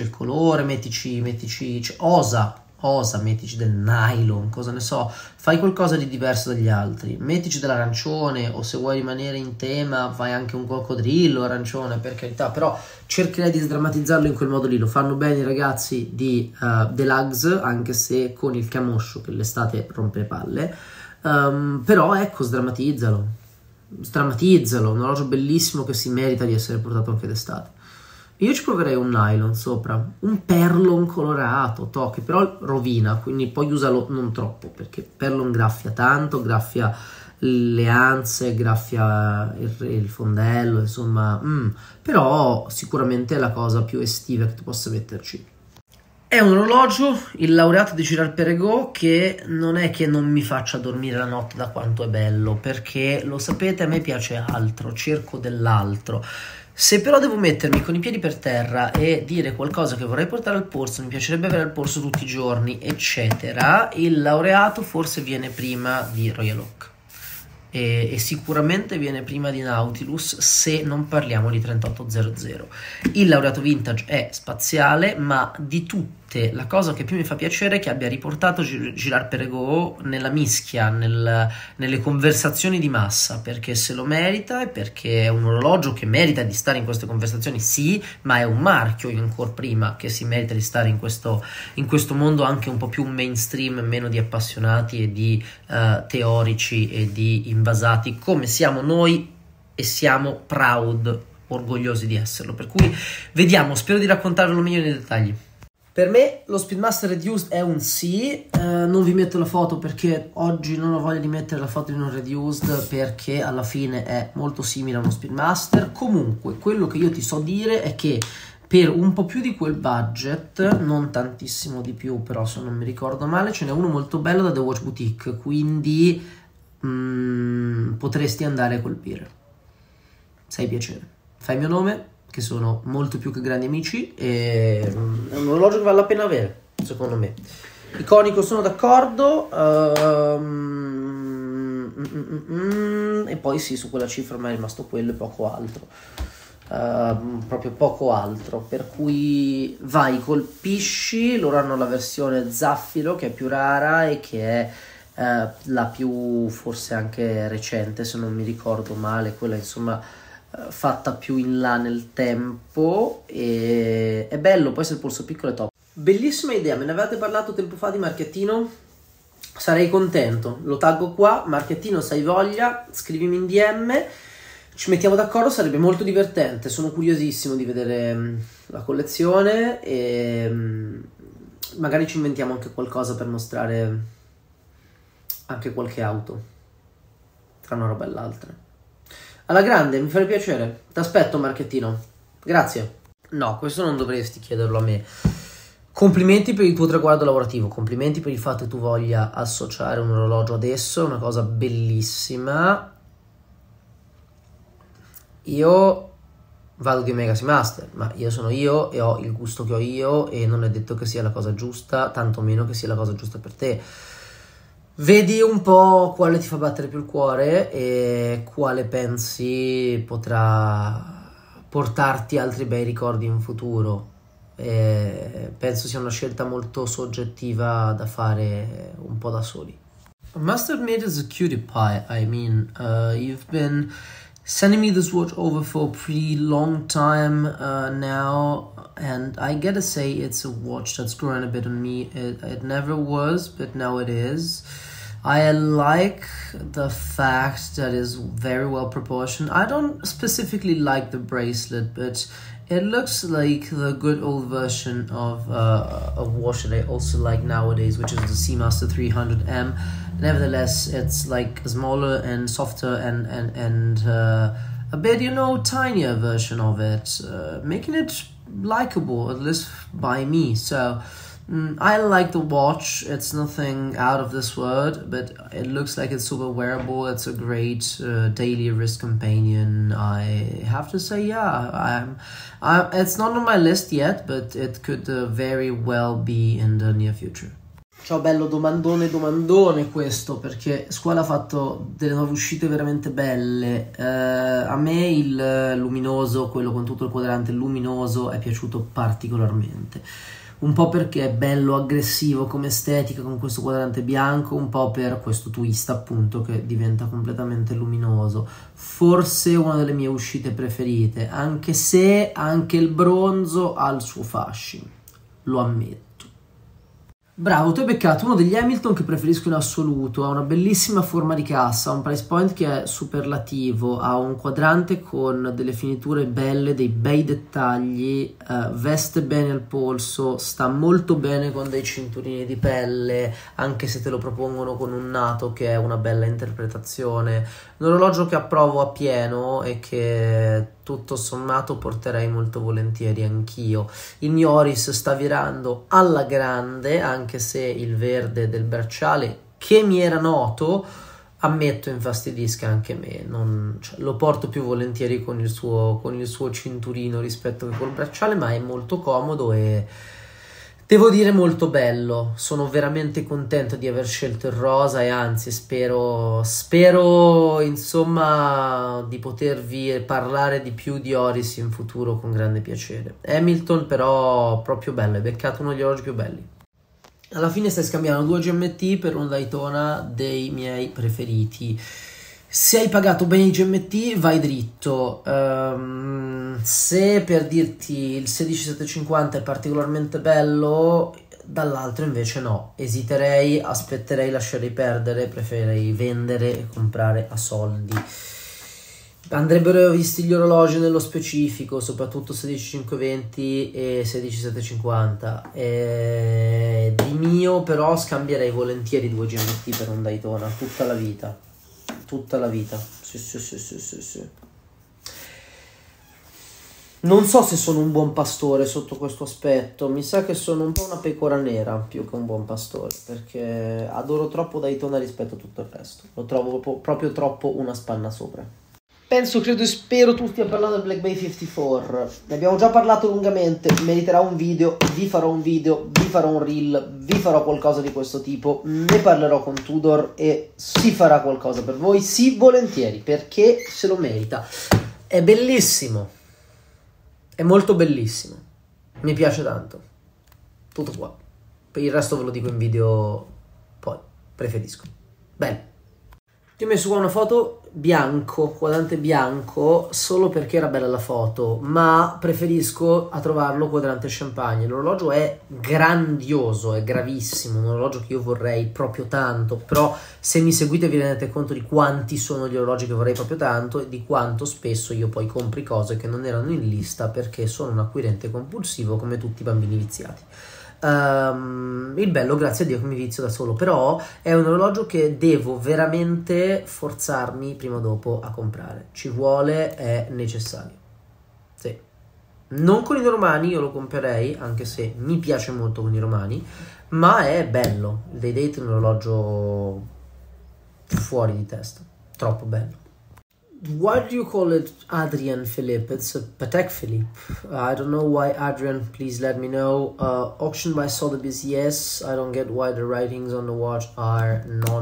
osa, mettici del nylon, cosa ne so, fai qualcosa di diverso dagli altri, mettici dell'arancione, o se vuoi rimanere in tema vai anche un coccodrillo arancione, per carità, però cercherei di sdrammatizzarlo in quel modo lì. Lo fanno bene i ragazzi di Deluxe, anche se con il camoscio che l'estate rompe le palle, però ecco, sdrammatizzalo, un orologio bellissimo che si merita di essere portato anche d'estate. Io ci proverei un nylon sopra, un perlon colorato, che però rovina, quindi poi usalo non troppo, perché perlon graffia tanto, graffia le anze, graffia il fondello, insomma, però sicuramente è la cosa più estiva che tu possa metterci. È un orologio, il laureato di Girard-Perregaux, che non è che non mi faccia dormire la notte da quanto è bello, perché lo sapete, a me piace altro, cerco dell'altro. Se però devo mettermi con i piedi per terra e dire qualcosa che vorrei portare al polso, mi piacerebbe avere al polso tutti i giorni, eccetera, il laureato forse viene prima di Royal Oak. E sicuramente viene prima di Nautilus, se non parliamo di 3800. Il laureato vintage è spaziale, ma di tutte la cosa che più mi fa piacere è che abbia riportato Girard-Perregaux nella mischia, nelle conversazioni di massa, perché se lo merita e perché è un orologio che merita di stare in queste conversazioni, sì, ma è un marchio ancora prima che si merita di stare in questo mondo anche un po' più mainstream, meno di appassionati e di teorici e di invasati, come siamo noi, e siamo proud, orgogliosi di esserlo. Per cui vediamo, spero di raccontarvelo meglio nei dettagli. Per me lo Speedmaster Reduced è un sì, non vi metto la foto perché oggi non ho voglia di mettere la foto di un Reduced, perché alla fine è molto simile a uno Speedmaster. Comunque quello che io ti so dire è che per un po' più di quel budget, non tantissimo di più, però se non mi ricordo male, ce n'è uno molto bello da The Watch Boutique, quindi potresti andare a colpire. Sai piacere. Fai il mio nome, che sono molto più che grandi amici, e è un orologio che vale la pena avere, secondo me. Iconico, sono d'accordo, e poi sì, su quella cifra mi è rimasto quello e poco altro. Proprio poco altro, per cui vai, colpisci. Loro hanno la versione zaffiro, che è più rara e che è la più forse anche recente, se non mi ricordo male, quella insomma fatta più in là nel tempo, e è bello. Poi se il polso piccolo è top. Bellissima idea, me ne avevate parlato tempo fa di Marchettino, sarei contento, lo taggo qua. Marchettino, se hai voglia, scrivimi in DM, ci mettiamo d'accordo, sarebbe molto divertente. Sono curiosissimo di vedere la collezione e magari ci inventiamo anche qualcosa per mostrare anche qualche auto tra una roba e l'altra. Alla grande, mi farebbe piacere. Ti aspetto, Marchettino. Grazie. No, questo non dovresti chiederlo a me. Complimenti per il tuo traguardo lavorativo, complimenti per il fatto che tu voglia associare un orologio adesso, è una cosa bellissima. Io vado di Omega Seamaster, ma io sono io e ho il gusto che ho io, e non è detto che sia la cosa giusta, tantomeno che sia la cosa giusta per te. Vedi un po' quale ti fa battere più il cuore e quale pensi potrà portarti altri bei ricordi in futuro. E penso sia una scelta molto soggettiva da fare un po' da soli. I must admit it's a cutie pie. I mean, you've been sending me this watch over for a pretty long time now, and I gotta say it's a watch that's grown a bit on me. It never was, but now it is. I like the fact that it's very well proportioned. I don't specifically like the bracelet, but it looks like the good old version of watch that I also like nowadays, which is the Seamaster 300M. Nevertheless, it's like a smaller and softer and a bit, you know, tinier version of it, making it likable, at least by me. So I like the watch. It's nothing out of this world, but it looks like it's super wearable. It's a great daily wrist companion. I have to say, yeah, it's not on my list yet, but it could very well be in the near future. Ciao bello, domandone questo, perché Squall ha fatto delle nuove uscite veramente belle. A me il luminoso, quello con tutto il quadrante luminoso, è piaciuto particolarmente. Un po' perché è bello aggressivo come estetica con questo quadrante bianco, un po' per questo twist appunto che diventa completamente luminoso. Forse una delle mie uscite preferite, anche se anche il bronzo ha il suo fascino, lo ammetto. Bravo, tu hai beccato uno degli Hamilton che preferisco in assoluto, ha una bellissima forma di cassa, ha un price point che è superlativo, ha un quadrante con delle finiture belle, dei bei dettagli, veste bene al polso, sta molto bene con dei cinturini di pelle, anche se te lo propongono con un nato che è una bella interpretazione. Un orologio che approvo appieno e che tutto sommato porterei molto volentieri anch'io. Il mio Oris sta virando alla grande, anche se il verde del bracciale, che mi era noto, ammetto infastidisca anche me. Cioè, lo porto più volentieri con il suo cinturino rispetto che col bracciale, ma è molto comodo e devo dire molto bello. Sono veramente contento di aver scelto il rosa e anzi spero insomma di potervi parlare di più di Oris in futuro con grande piacere. Hamilton però proprio bello, hai beccato uno degli orologi più belli. Alla fine stai scambiando 2 GMT per un Daytona dei miei preferiti. Se hai pagato bene i GMT vai dritto. Se per dirti il 16750 è particolarmente bello, dall'altro invece no, esiterei, aspetterei, lascerei perdere, preferirei vendere e comprare a soldi. Andrebbero visti gli orologi nello specifico, soprattutto 16520 e 16750. Di mio però scambierei volentieri 2 GMT per un Daytona tutta la vita. Tutta la vita, sì. Non so se sono un buon pastore sotto questo aspetto, mi sa che sono un po' una pecora nera più che un buon pastore, perché adoro troppo Daytona rispetto a tutto il resto, lo trovo proprio troppo una spanna sopra. Penso, credo e spero tu stia parlando del Black Bay 54. Ne abbiamo già parlato lungamente, meriterà un video, vi farò un reel, vi farò qualcosa di questo tipo, ne parlerò con Tudor e si farà qualcosa per voi, sì, volentieri, perché se lo merita. È bellissimo, è molto bellissimo, mi piace tanto, tutto qua. Per il resto ve lo dico in video poi, preferisco. Bene. Ti ho messo qua una foto bianco, quadrante bianco, solo perché era bella la foto, ma preferisco a trovarlo quadrante champagne. L'orologio è grandioso, è gravissimo, un orologio che io vorrei proprio tanto, però se mi seguite vi rendete conto di quanti sono gli orologi che vorrei proprio tanto e di quanto spesso io poi compri cose che non erano in lista perché sono un acquirente compulsivo come tutti i bambini viziati. Il bello, grazie a Dio che mi vizio da solo, però è un orologio che devo veramente forzarmi prima o dopo a comprare, ci vuole, è necessario, sì. Non con i romani, io lo comprerei anche se mi piace molto con i romani, ma è bello. Il Day-Date è un orologio fuori di testa, troppo bello. Why do you call it Adrian Philippe? It's a Patek Philippe. I don't know why Adrian, please let me know. Auctioned by Sotheby's, yes. I don't get why the writings on the watch are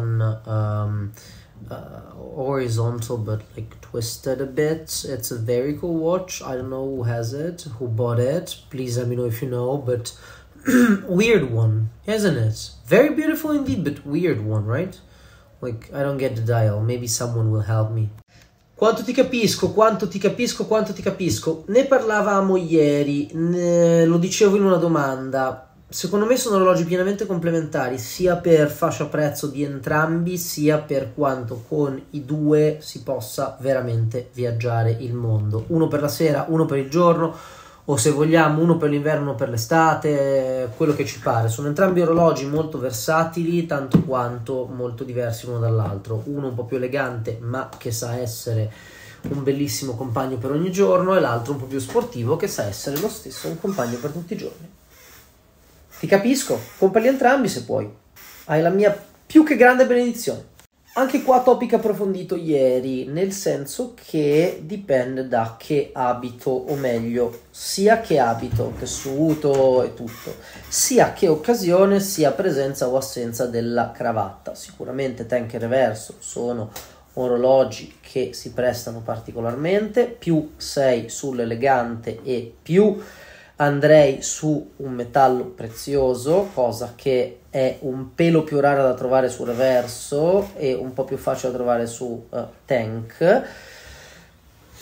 horizontal but like twisted a bit. It's a very cool watch. I don't know who has it, who bought it. Please let me know if you know, but weird one, isn't it? Very beautiful indeed, but weird one, right? Like, I don't get the dial. Maybe someone will help me. Quanto ti capisco. Ne parlavamo ieri, lo dicevo in una domanda. Secondo me sono orologi pienamente complementari, sia per fascia prezzo di entrambi, sia per quanto con i due si possa veramente viaggiare il mondo. Uno per la sera, uno per il giorno, o se vogliamo uno per l'inverno, uno per l'estate, quello che ci pare. Sono entrambi orologi molto versatili, tanto quanto molto diversi l'uno dall'altro. Uno un po' più elegante, ma che sa essere un bellissimo compagno per ogni giorno, e l'altro un po' più sportivo, che sa essere lo stesso un compagno per tutti i giorni. Ti capisco, comprali entrambi se puoi. Hai la mia più che grande benedizione. Anche qua topic approfondito ieri, nel senso che dipende da che abito, o meglio, sia che abito, tessuto e tutto, sia che occasione, sia presenza o assenza della cravatta. Sicuramente Tank e Reverso sono orologi che si prestano particolarmente, più sei sull'elegante e più andrei su un metallo prezioso, cosa che è un pelo più rara da trovare su Reverso e un po' più facile da trovare su Tank.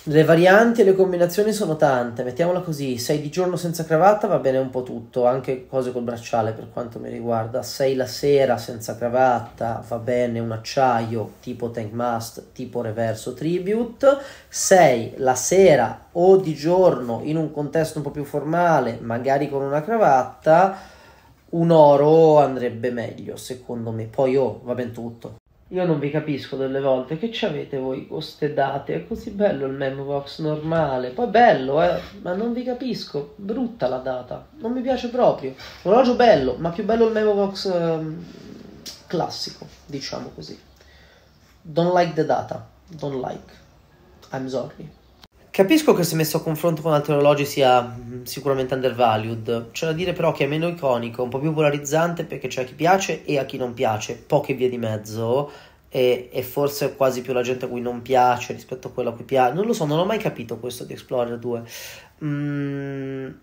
Le varianti e le combinazioni sono tante, mettiamola così, 6 di giorno senza cravatta va bene un po' tutto, anche cose col bracciale per quanto mi riguarda, 6 la sera senza cravatta va bene un acciaio tipo Tank Must, tipo Reverso Tribute, 6 la sera o di giorno in un contesto un po' più formale, magari con una cravatta, un oro andrebbe meglio secondo me, poi va ben tutto. Io non vi capisco delle volte, che ci avete voi con ste date? È così bello il Memovox normale, poi bello ma non vi capisco, brutta la data, non mi piace proprio. Un orologio bello, ma più bello il Memovox classico, diciamo così. Don't like the data, don't like, I'm sorry. Capisco che se messo a confronto con altri orologi sia sicuramente undervalued, c'è da dire però che è meno iconico, un po' più polarizzante perché c'è a chi piace e a chi non piace, poche vie di mezzo e forse quasi più la gente a cui non piace rispetto a quello a cui piace, non lo so, non ho mai capito questo di Explorer 2. Non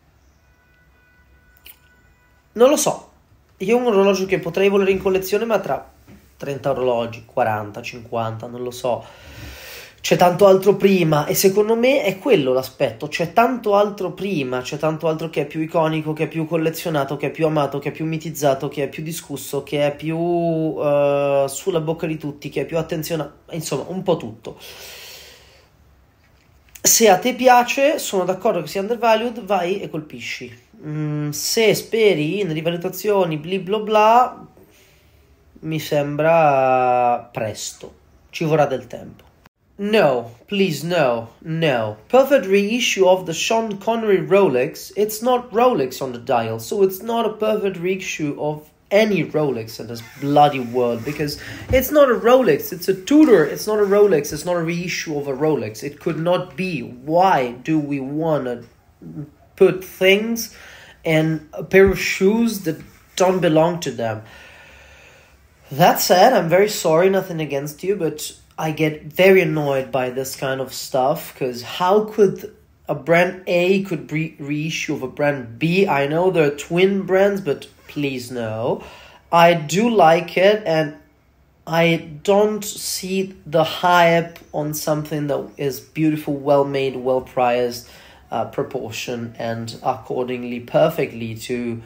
lo so, io ho un orologio che potrei volere in collezione ma tra 30 orologi, 40, 50, non lo so. C'è tanto altro prima e secondo me è quello l'aspetto, c'è tanto altro prima, c'è tanto altro che è più iconico, che è più collezionato, che è più amato, che è più mitizzato, che è più discusso, che è più sulla bocca di tutti, che è più attenzionato, insomma un po' tutto. Se a te piace, sono d'accordo che sia undervalued, vai e colpisci. Se speri in rivalutazioni bli bla bla, mi sembra presto, ci vorrà del tempo. No, please, no. Perfect reissue of the Sean Connery Rolex. It's not Rolex on the dial, so it's not a perfect reissue of any Rolex in this bloody world, because it's not a Rolex, it's a Tudor, it's not a Rolex, it's not a reissue of a Rolex. It could not be. Why do we want to put things in a pair of shoes that don't belong to them? That said, I'm very sorry, nothing against you, but I get very annoyed by this kind of stuff, because how could a brand A could reissue of a brand B? I know they're twin brands, but please no. I do like it, and I don't see the hype on something that is beautiful, well made, well priced, proportion, and according perfectly to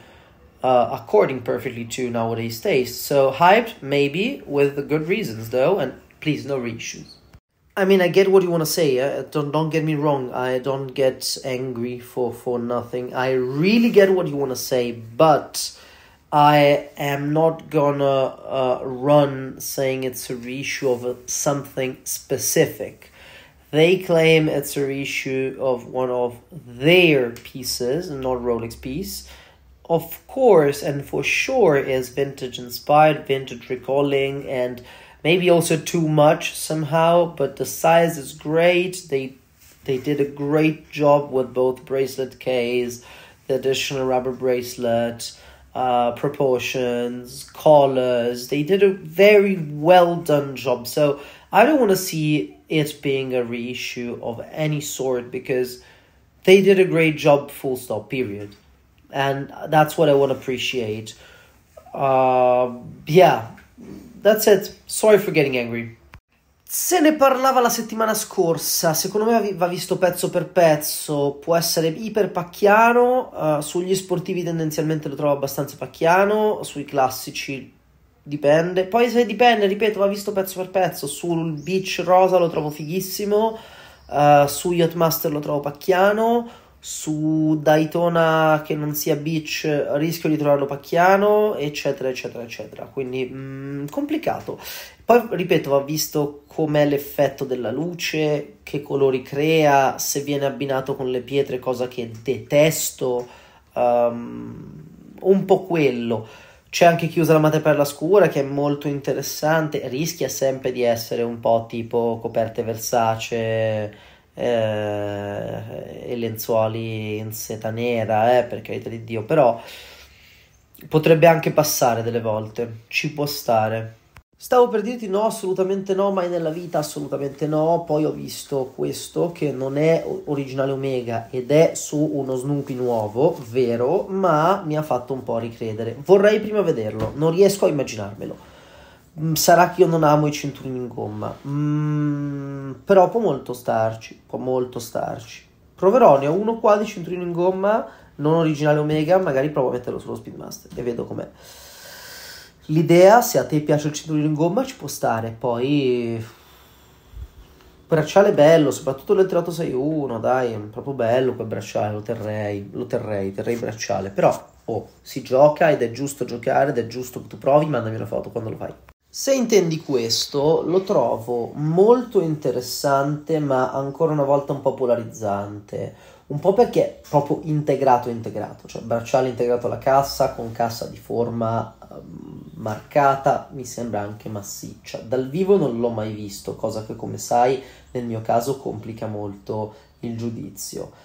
nowadays taste. So hyped, maybe, with good reasons though, and please, no reissues. I mean, I get what you want to say. Don't get me wrong. I don't get angry for nothing. I really get what you want to say, but I am not gonna run saying it's a reissue of something specific. They claim it's a reissue of one of their pieces, not Rolex piece. Of course, and for sure, is vintage inspired, vintage recalling, and maybe also too much somehow, but the size is great. They did a great job with both bracelet case, the additional rubber bracelet, proportions, collars. They did a very well done job. So I don't want to see it being a reissue of any sort, because they did a great job, full stop, period. And that's what I want to appreciate. Yeah. That's it. Sorry for getting angry. Se ne parlava la settimana scorsa, secondo me va visto pezzo per pezzo, può essere iper pacchiano, sugli sportivi tendenzialmente lo trovo abbastanza pacchiano, sui classici dipende, poi se dipende, ripeto, va visto pezzo per pezzo, sul Beach Rosa lo trovo fighissimo, su Yachtmaster lo trovo pacchiano, su Daytona che non sia Beach rischio di trovarlo pacchiano, eccetera eccetera eccetera, quindi complicato. Poi ripeto, va visto com'è l'effetto della luce, che colori crea, se viene abbinato con le pietre, cosa che detesto, un po' quello. C'è anche chi usa la madreperla scura, che è molto interessante, rischia sempre di essere un po' tipo coperte Versace e lenzuoli in seta nera, per carità di Dio, però potrebbe anche passare delle volte, ci può stare. Stavo per dirti no, assolutamente no, mai nella vita, assolutamente no. Poi ho visto questo che non è originale Omega ed è su uno Snoopy nuovo, vero, ma mi ha fatto un po' ricredere. Vorrei prima vederlo, non riesco a immaginarmelo. Sarà che io non amo i cinturini in gomma, però può molto starci, Proverò, ne ho uno qua di cinturino in gomma, non originale Omega, magari provo a metterlo sullo Speedmaster e vedo com'è. L'idea, se a te piace il cinturino in gomma, ci può stare, poi... Bracciale bello, soprattutto l'3861, dai, è proprio bello quel bracciale, terrei bracciale, però, si gioca ed è giusto giocare ed è giusto che tu provi, mandami una foto quando lo fai. Se intendi questo, lo trovo molto interessante, ma ancora una volta un po' polarizzante. Un po' perché è proprio integrato, cioè bracciale integrato alla cassa, con cassa di forma marcata, mi sembra anche massiccia. Dal vivo non l'ho mai visto, cosa che, come sai, nel mio caso complica molto il giudizio.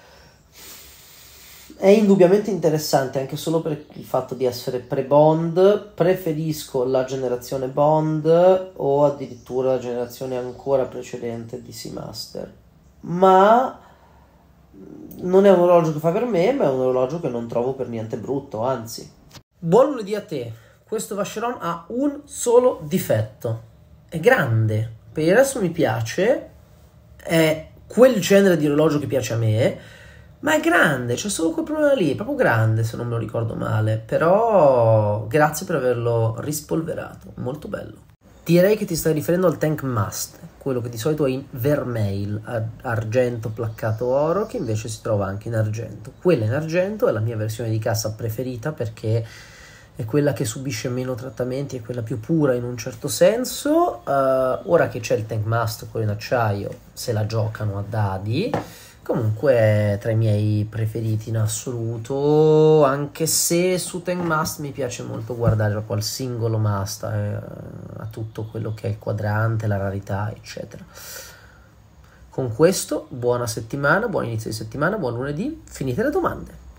È indubbiamente interessante anche solo per il fatto di essere pre-Bond. Preferisco la generazione Bond o addirittura la generazione ancora precedente di Seamaster, ma non è un orologio che fa per me, ma è un orologio che non trovo per niente brutto, anzi. Buon lunedì a te. Questo Vacheron ha un solo difetto: è grande. Per il resto mi piace, è quel genere di orologio che piace a me, ma è grande, c'è solo quel problema lì, è proprio grande se non me lo ricordo male, però grazie per averlo rispolverato, molto bello. Direi che ti stai riferendo al Tank Must, quello che di solito è in vermeil, argento placcato oro, che invece si trova anche in argento. Quella in argento è la mia versione di cassa preferita perché è quella che subisce meno trattamenti, è quella più pura in un certo senso. Ora che c'è il Tank Must, quello in acciaio, se la giocano a dadi. Comunque è tra i miei preferiti in assoluto, anche se su Tank Must mi piace molto guardare proprio al singolo must, a tutto quello che è il quadrante, la rarità, eccetera. Con questo, buona settimana, buon inizio di settimana, buon lunedì, finite le domande.